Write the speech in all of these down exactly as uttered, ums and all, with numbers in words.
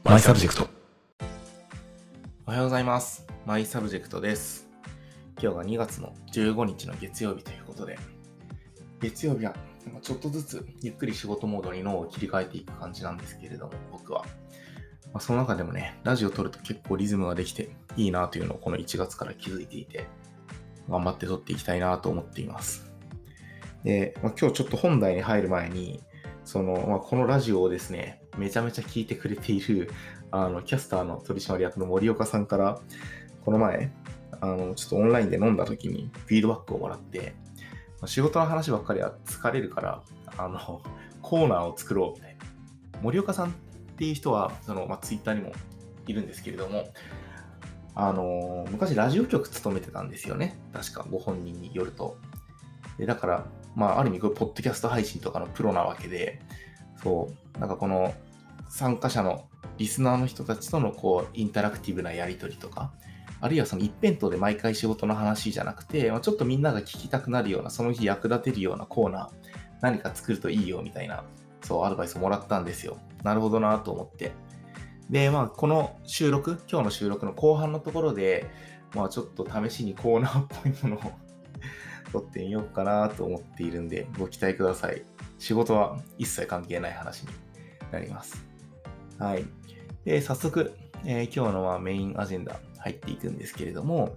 マイサブジェクト。 おはようございます。マイサブジェクトです。今日がにがつのじゅうごにちの月曜日ということで、月曜日はちょっとずつゆっくり仕事モードに脳を切り替えていく感じなんですけれども、僕は、まあ、その中でもね、ラジオを撮ると結構リズムができていいなというのをこのいちがつから気づいていて、頑張って撮っていきたいなと思っています。で、まあ、今日ちょっと本題に入る前に、その、まあ、このラジオをですね、めちゃめちゃ聞いてくれている、あの、キャスターの取締役の森岡さんから、この前、あの、ちょっとオンラインで飲んだ時にフィードバックをもらって、まあ、仕事の話ばっかりは疲れるから、あの、コーナーを作ろうみたいな。森岡さんっていう人は、その、まあ、ツイッターにもいるんですけれども、あの、昔ラジオ局勤めてたんですよね。確かご本人によると。で、だから、まあ、ある意味、これ、ポッドキャスト配信とかのプロなわけで、そう、なんかこの、参加者のリスナーの人たちとの、こう、インタラクティブなやりとりとか、あるいはその一辺倒で毎回仕事の話じゃなくて、まあ、ちょっとみんなが聞きたくなるような、その日役立てるようなコーナー、何か作るといいよ、みたいな、そう、アドバイスをもらったんですよ。なるほどなと思って。で、まあ、この収録、今日の収録の後半のところで、まあ、ちょっと試しにコーナーっぽいものを撮ってみようかなと思っているんで、ご期待ください。仕事は一切関係ない話になります。はい。で、早速、えー、今日のまあメインアジェンダ入っていくんですけれども、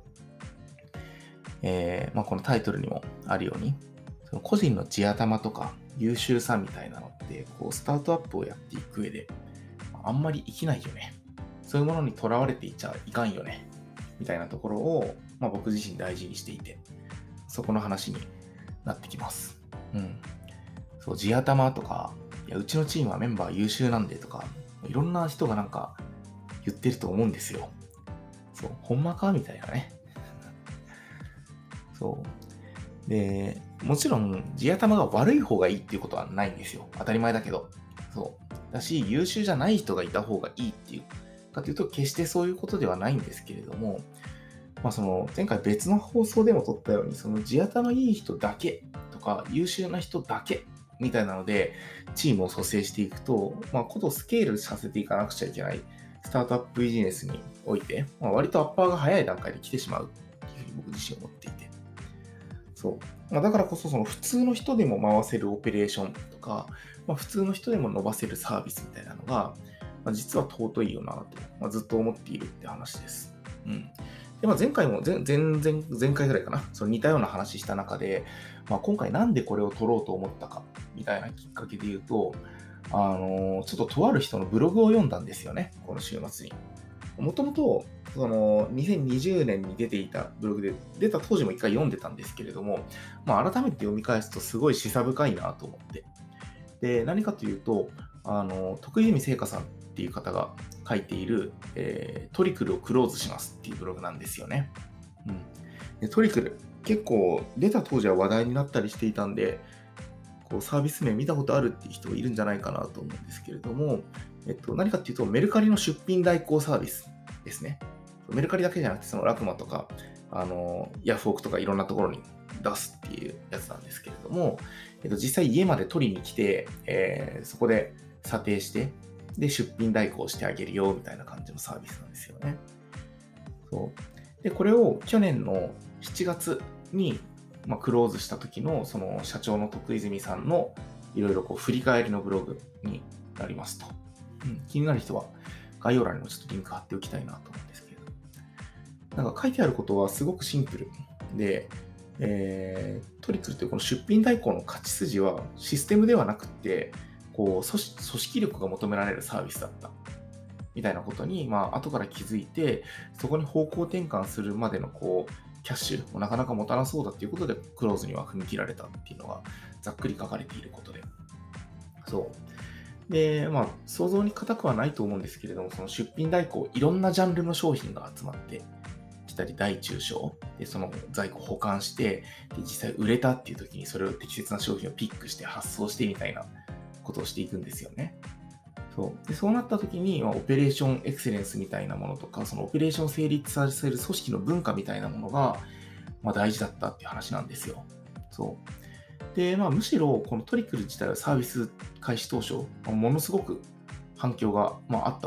えーまあ、このタイトルにもあるように、その個人の地頭とか優秀さみたいなのって、こうスタートアップをやっていく上で、あんまり生きないよね。そういうものにとらわれていっちゃいかんよね。みたいなところを、まあ、僕自身大事にしていて、そこの話になってきます。うん。そう、地頭とか、いや、うちのチームはメンバー優秀なんでとか、いろんな人がなんか言ってると思うんですよ。そう、ほんまかみたいなね。そう。で、もちろん地頭が悪い方がいいっていうことはないんですよ。当たり前だけど。そう。だし、優秀じゃない人がいた方がいいっていうかというと、決してそういうことではないんですけれども、まあ、その前回別の放送でも撮ったように、その地頭のいい人だけとか優秀な人だけみたいなのでチームを組成していくと、まあ、ことをスケールさせていかなくちゃいけないスタートアップビジネスにおいて、まあ、割とアッパーが早い段階で来てしまうっていうふうに僕自身思っていて、そう、まあ、だからこそその普通の人でも回せるオペレーションとか、まあ、普通の人でも伸ばせるサービスみたいなのが、まあ、実は尊いよなと、まあ、ずっと思っているって話です。うん。で、まあ、前回も前、前、前、前回ぐらいかな、その似たような話した中で、まあ、今回なんでこれを撮ろうと思ったか、みたいなきっかけで言うと、あのー、ちょっととある人のブログを読んだんですよね、この週末に。もともと、その、にせんにじゅうねんに出ていたブログで、出た当時も一回読んでたんですけれども、まあ、改めて読み返すとすごい示唆深いなと思って。で、何かというと、あの、徳泉聖華さんっていう方が書いている、えー、トリクルをクローズしますっていうブログなんですよね。うん。で、トリクル、結構出た当時は話題になったりしていたんで、こうサービス名見たことあるっていう人がいるんじゃないかなと思うんですけれども、えっと、何かっていうと、メルカリの出品代行サービスですね。メルカリだけじゃなくて、そのラクマとか、あの、ヤフオクとかいろんなところに出すっていうやつなんですけれども、えっと、実際家まで取りに来て、えー、そこで査定して、で、出品代行してあげるよ、みたいな感じのサービスなんですよね。そう。で、これを去年のしちがつに、まあ、クローズした時の、その社長の徳泉さんのいろいろこう振り返りのブログになりますと。うん、気になる人は概要欄にもちょっとリンク貼っておきたいなと思うんですけれど。なんか書いてあることはすごくシンプルで、えー、トリクルというこの出品代行の勝ち筋はシステムではなくて、こう組織、組織力が求められるサービスだったみたいなことに、まあ後から気づいて、そこに方向転換するまでのこうキャッシュをなかなか持たなそうだっていうことでクローズには踏み切られたっていうのがざっくり書かれていることで、そうで、まあ想像に難くはないと思うんですけれども、その出品代行いろんなジャンルの商品が集まってきたり、大中小でその在庫保管して、で実際売れたっていう時にそれを適切な商品をピックして発送してみたいなことをしていくんですよね。そうで、そうなった時に、まあ、オペレーションエクセレンスみたいなものとか、そのオペレーションを成立させる組織の文化みたいなものが、まあ、大事だったっていう話なんですよ。そうで、まあ、むしろこのトリクル自体はサービス開始当初、ものすごく反響が、まあ、あったと。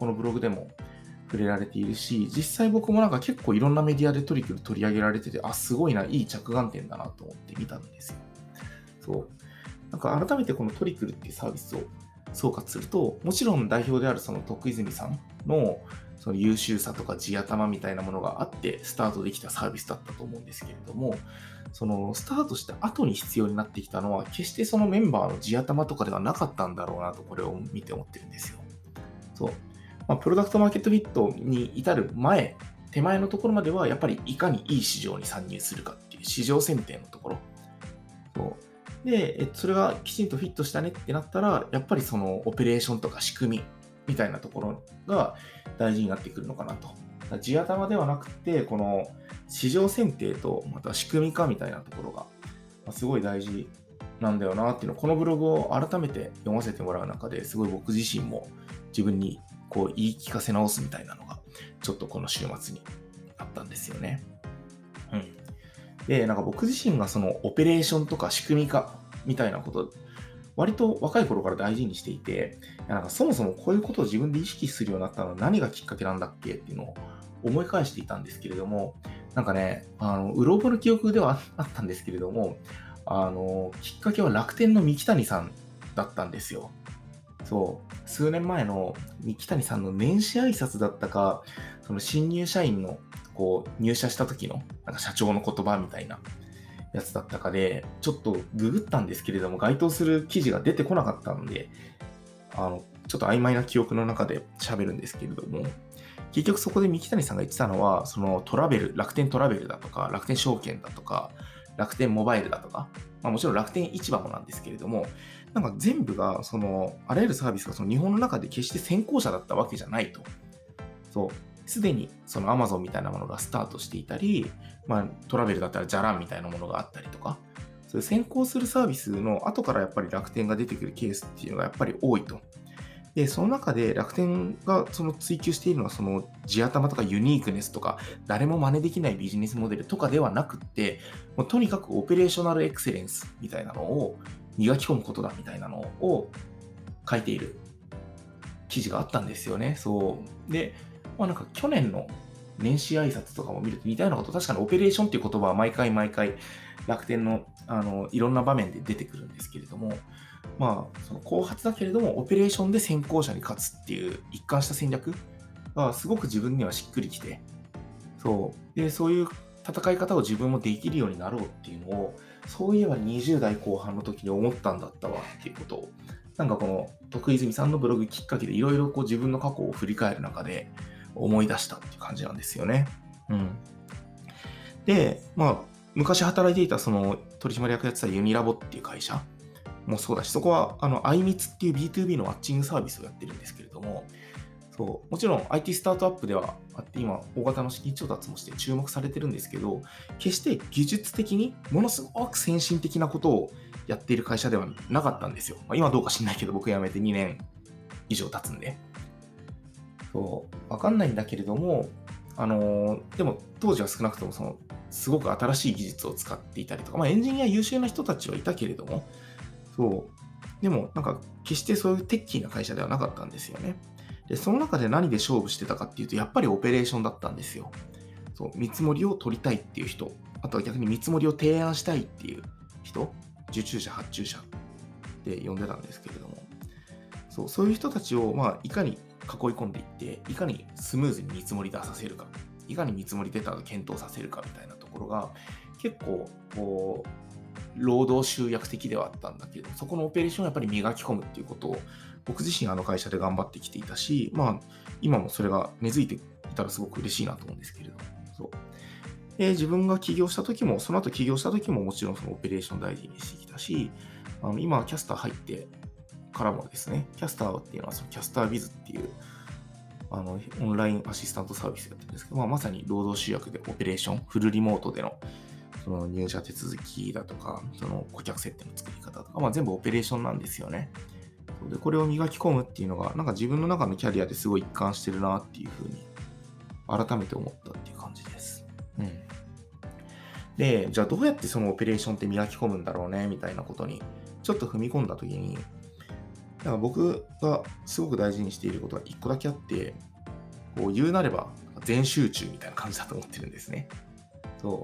このブログでも触れられているし、実際僕もなんか結構いろんなメディアでトリクル取り上げられてて、あ、すごいな、いい着眼点だなと思って見たんですよ。そう。なんか改めてこのトリクルっていうサービスを総括すると、もちろん代表であるその徳泉さんのその優秀さとか地頭みたいなものがあってスタートできたサービスだったと思うんですけれども、そのスタートした後に必要になってきたのは決してそのメンバーの地頭とかではなかったんだろうなと、これを見て思ってるんですよ。そう。まあ、プロダクトマーケットフィットに至る前、手前のところまではやっぱりいかにいい市場に参入するかっていう市場選定のところ。そうで、それがきちんとフィットしたねってなったら、やっぱりそのオペレーションとか仕組みみたいなところが大事になってくるのかなと。地頭ではなくて、この市場選定とまた仕組み化みたいなところがすごい大事なんだよなっていうのを、このブログを改めて読ませてもらう中ですごい僕自身も自分にこう言い聞かせ直すみたいなのがちょっとこの週末にあったんですよね。うん。で、なんか僕自身がそのオペレーションとか仕組み化みたいなこと割と若い頃から大事にしていて、なんかそもそもこういうことを自分で意識するようになったのは何がきっかけなんだっけっていうのを思い返していたんですけれども、なんかね、あの、うろ覚えの記憶ではあったんですけれども、あの、きっかけは楽天の三木谷さんだったんですよ。そう、数年前の三木谷さんの年始挨拶だったか、その新入社員のこう入社した時のなんか社長の言葉みたいなやつだったかで、ちょっとググったんですけれども、該当する記事が出てこなかったので、あの、ちょっと曖昧な記憶の中で喋るんですけれども、結局そこで三木谷さんが言ってたのは、そのトラベル、楽天トラベルだとか、楽天証券だとか、楽天モバイルだとか、まあ、もちろん楽天市場もなんですけれども、なんか全部が、その、あらゆるサービスがその日本の中で決して先行者だったわけじゃないと。そう。すでにその Amazon みたいなものがスタートしていたり、まあ、トラベルだったらじゃらんみたいなものがあったりとか、そういう先行するサービスの後からやっぱり楽天が出てくるケースっていうのがやっぱり多いと。で、その中で楽天がその追求しているのはその地頭とかユニークネスとか誰も真似できないビジネスモデルとかではなくって、もうとにかくオペレーショナルエクセレンスみたいなのを磨き込むことだみたいなのを書いている記事があったんですよね。そう。で、まあなんか去年の年始挨拶とかも見ると似たようなこと、確かにオペレーションっていう言葉は毎回毎回楽天のあのいろんな場面で出てくるんですけれども、まあその後発だけれどもオペレーションで先行者に勝つっていう一貫した戦略がすごく自分にはしっくりきて、そうでそういう戦い方を自分もできるようになろうっていうのを、そういえばにじゅう代後半の時に思ったんだったわっていうことを、なんかこの徳泉さんのブログきっかけでいろいろこう自分の過去を振り返る中で思い出したっていう感じなんですよね。うん。で、まあ昔働いていたその取締役やってたユニラボっていう会社もそうだし、そこはあの アイミツっていう ビーツービー のマッチングサービスをやってるんですけれども、そうもちろん アイティー スタートアップではあって、今大型の資金調達もして注目されてるんですけど、決して技術的にものすごく先進的なことをやっている会社ではなかったんですよ。まあ、今どうか知んないけど、僕辞めてにねん以上経つんで。そう、わかんないんだけれども、あのーでも当時は少なくともその、すごく新しい技術を使っていたりとか、まあエンジニア優秀な人たちはいたけれども、そう、でもなんか決してそういうテッキーな会社ではなかったんですよね。で、その中で何で勝負してたかっていうと、やっぱりオペレーションだったんですよ。そう、見積もりを取りたいっていう人、あとは逆に見積もりを提案したいっていう人、受注者、発注者って呼んでたんですけれども、そう、そういう人たちを、まあ、いかに囲い込んでいって、いかにスムーズに見積もり出させるか、いかに見積もり出たら検討させるかみたいなところが、結構、こう、労働集約的ではあったんだけど、そこのオペレーションをやっぱり磨き込むっていうことを、僕自身あの会社で頑張ってきていたし、まあ、今もそれが根付いていたらすごく嬉しいなと思うんですけれども、そう。で、自分が起業した時も、その後起業した時ももちろんそのオペレーション大事にしてきたし、あの今はキャスター入ってからもですね、キャスターっていうのはそのキャスタービズっていうあのオンラインアシスタントサービスやってるんですけど、まあ、まさに労働集約でオペレーション、フルリモートでのその入社手続きだとか、その顧客設定の作り方とか、まあ、全部オペレーションなんですよね。で、これを磨き込むっていうのが、なんか自分の中のキャリアですごい一貫してるなっていうふうに、改めて思ったっていう感じです。うん。で、じゃあどうやってそのオペレーションって磨き込むんだろうね、みたいなことに、ちょっと踏み込んだときに、 だから僕がすごく大事にしていることが一個だけあって、こう言うなれば全集中みたいな感じだと思ってるんですね。そう、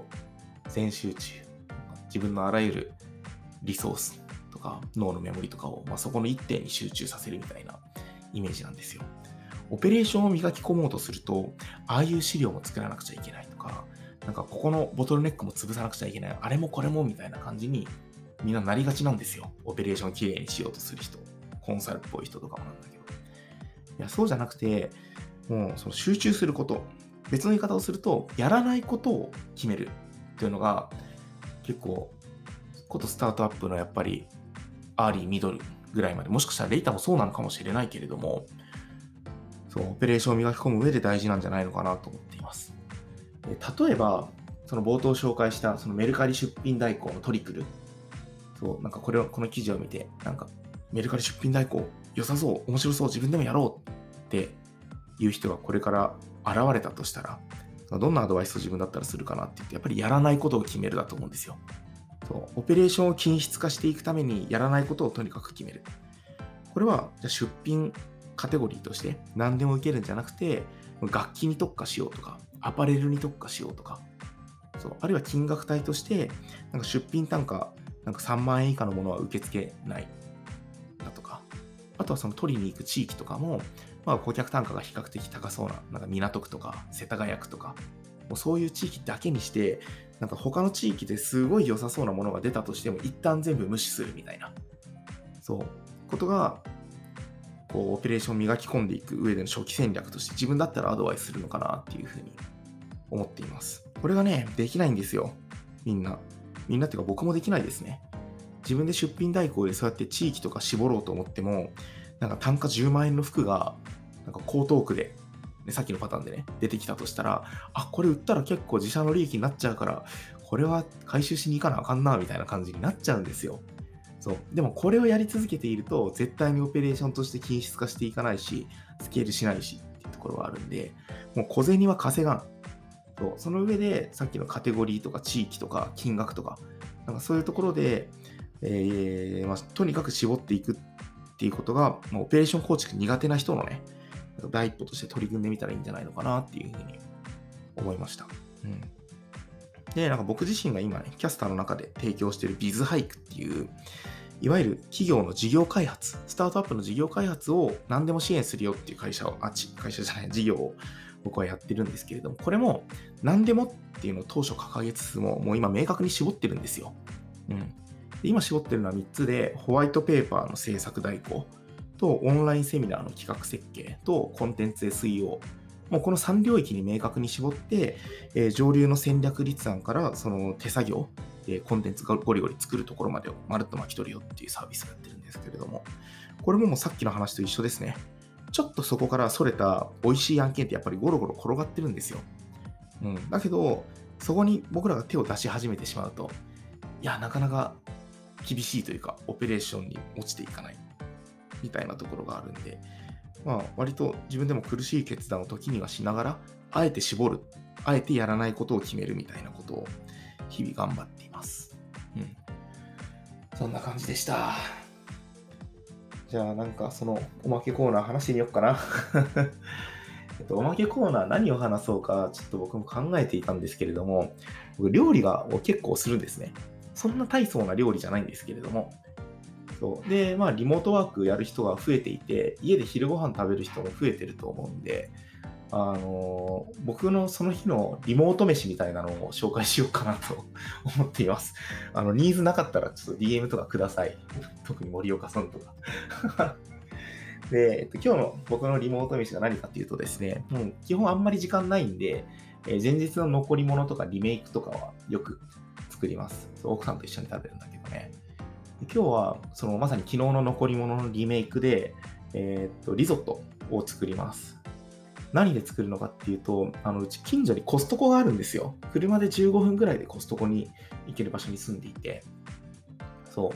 全集中。自分のあらゆるリソースとか脳のメモリとかを、まあ、そこの一点に集中させるみたいなイメージなんですよ。オペレーションを磨き込もうとすると、ああいう資料も作らなくちゃいけないとか、なんかここのボトルネックも潰さなくちゃいけない、あれもこれもみたいな感じにみんななりがちなんですよ。オペレーションをきれいにしようとする人、コンサルっぽい人とかもなんだけど。いや、そうじゃなくて、もうその集中すること、別の言い方をすると、やらないことを決めるっていうのが、結構、ことスタートアップのやっぱり、アーリー、ミドルぐらいまで、もしかしたらレイタもそうなのかもしれないけれども、そう、オペレーションを磨き込む上で大事なんじゃないのかなと思っています。例えば、その冒頭紹介したそのメルカリ出品代行のトリプル。そう、なんかこれを、この記事を見て、なんかメルカリ出品代行良さそう、面白そう、自分でもやろうっていう人がこれから現れたとしたら、どんなアドバイスを自分だったらするかなって言って、やっぱりやらないことを決めるだと思うんですよ。そう、オペレーションを均質化していくためにやらないことをとにかく決める。これはじゃあ出品カテゴリーとして何でも受けるんじゃなくて、楽器に特化しようとか、アパレルに特化しようとか、そう、あるいは金額帯として、なんか出品単価なんかさんまんえん以下のものは受け付けないだとか、あとはその取りに行く地域とかも、まあ、顧客単価が比較的高そうな、なんか港区とか世田谷区とか、もうそういう地域だけにして、なんか他の地域ですごい良さそうなものが出たとしても、一旦全部無視するみたいな、そう、ことが、こう、オペレーションを磨き込んでいく上での初期戦略として自分だったらアドバイスするのかなっていうふうに思っています。これがね、できないんですよ。みんな。みんなっていうか僕もできないですね。自分で出品代行でそうやって地域とか絞ろうと思っても、なんか単価じゅうまんえんの服が、なんか江東区で、ね、さっきのパターンでね、出てきたとしたら、あ、これ売ったら結構自社の利益になっちゃうから、これは回収しに行かなあかんな、みたいな感じになっちゃうんですよ。そう。でもこれをやり続けていると、絶対にオペレーションとして均質化していかないし、スケールしないしっていうところはあるんで、もう小銭は稼がん。そう。その上で、さっきのカテゴリーとか地域とか金額とか、なんかそういうところで、えーまあ、とにかく絞っていくっていうことが、まあ、オペレーション構築苦手な人のね、第一歩として取り組んでみたらいいんじゃないのかなっていうふうに思いました。うん。で、なんか僕自身が今ね、キャスターの中で提供しているビズハイクっていう、いわゆる企業の事業開発、スタートアップの事業開発を何でも支援するよっていう会社を、あ、ち、会社じゃない、事業を僕はやってるんですけれども、これも何でもっていうのを当初掲げつつも、もう今明確に絞ってるんですよ。うん。で今絞ってるのはみっつで、ホワイトペーパーの制作代行と、オンラインセミナーの企画設計と、コンテンツ エスイーオー。もうこのさん領域に明確に絞って、えー、上流の戦略立案からその手作業、えー、コンテンツがゴリゴリ作るところまでをまるっと巻き取るよっていうサービスをやってるんですけれども、これももうさっきの話と一緒ですね。ちょっとそこからそれた美味しい案件ってやっぱりゴロゴロ転がってるんですよ。うん。だけど、そこに僕らが手を出し始めてしまうと、いや、なかなか厳しいというか、オペレーションに落ちていかないみたいなところがあるんで、まあ、割と自分でも苦しい決断を時にはしながら、あえて絞る、あえてやらないことを決めるみたいなことを日々頑張っています。うん。そんな感じでした。じゃあなんかそのおまけコーナー話してみようかな。えっと、おまけコーナー何を話そうかちょっと僕も考えていたんですけれども、僕料理が結構するんですね。そんな大層な料理じゃないんですけれども、そうで、まあ、リモートワークやる人が増えていて、家で昼ご飯食べる人も増えてると思うんで、あのー、僕のその日のリモート飯みたいなのを紹介しようかなと思っています。あの、ニーズなかったらちょっと ディーエム とかください。特に森岡さんとか。で、えっと、今日の僕のリモート飯が何かっていうとですね、もう基本あんまり時間ないんで、えー前日の残り物とかリメイクとかはよく作ります。奥さんと一緒に食べるんだけどね。今日はそのまさに昨日の残り物のリメイクで、えーっとリゾットを作ります。何で作るのかっていうと、あのうち近所にコストコがあるんですよ。車でじゅうごふんぐらいでコストコに行ける場所に住んでいて、そう。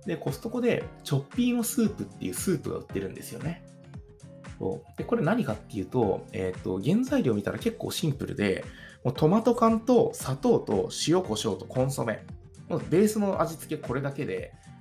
で、コストコでチョッピーノスープっていうスープが売ってるんですよね。そうで、これ何かっていうと、えーっと、原材料見たら結構シンプルで、もうトマト缶と砂糖と塩コショウとコンソメ。もうベースの味付けこれだけで、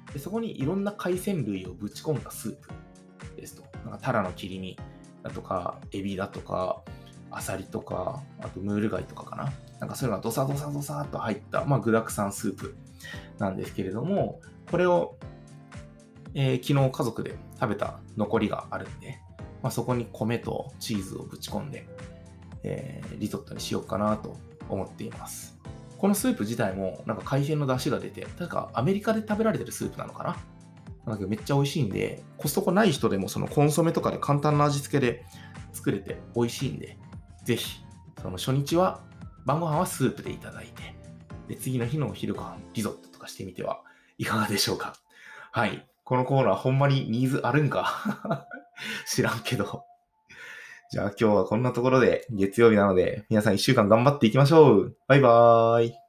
でそこにいろんな海鮮類をぶち込んだスープですと。なんかタラの切り身だとか、エビだとか、アサリとか、あとムール貝とかかな。なんかそういうのがドサドサドサーっと入った、まあ具沢山スープなんですけれども、これを、えー昨日家族で食べた残りがあるんで、まあ、そこに米とチーズをぶち込んで、えーリゾットにしようかなと思っています。このスープ自体もなんか海鮮の出汁が出て、確かアメリカで食べられてるスープなのかな。なんだけどめっちゃ美味しいんで、コストコない人でもそのコンソメとかで簡単な味付けで作れて美味しいんで、ぜひ、その初日は晩ご飯はスープでいただいて、で次の日のお昼ご飯リゾットとかしてみてはいかがでしょうか。はい。このコーナーほんまにニーズあるんか知らんけど。じゃあ今日はこんなところで月曜日なので皆さん一週間頑張っていきましょう。バイバーイ。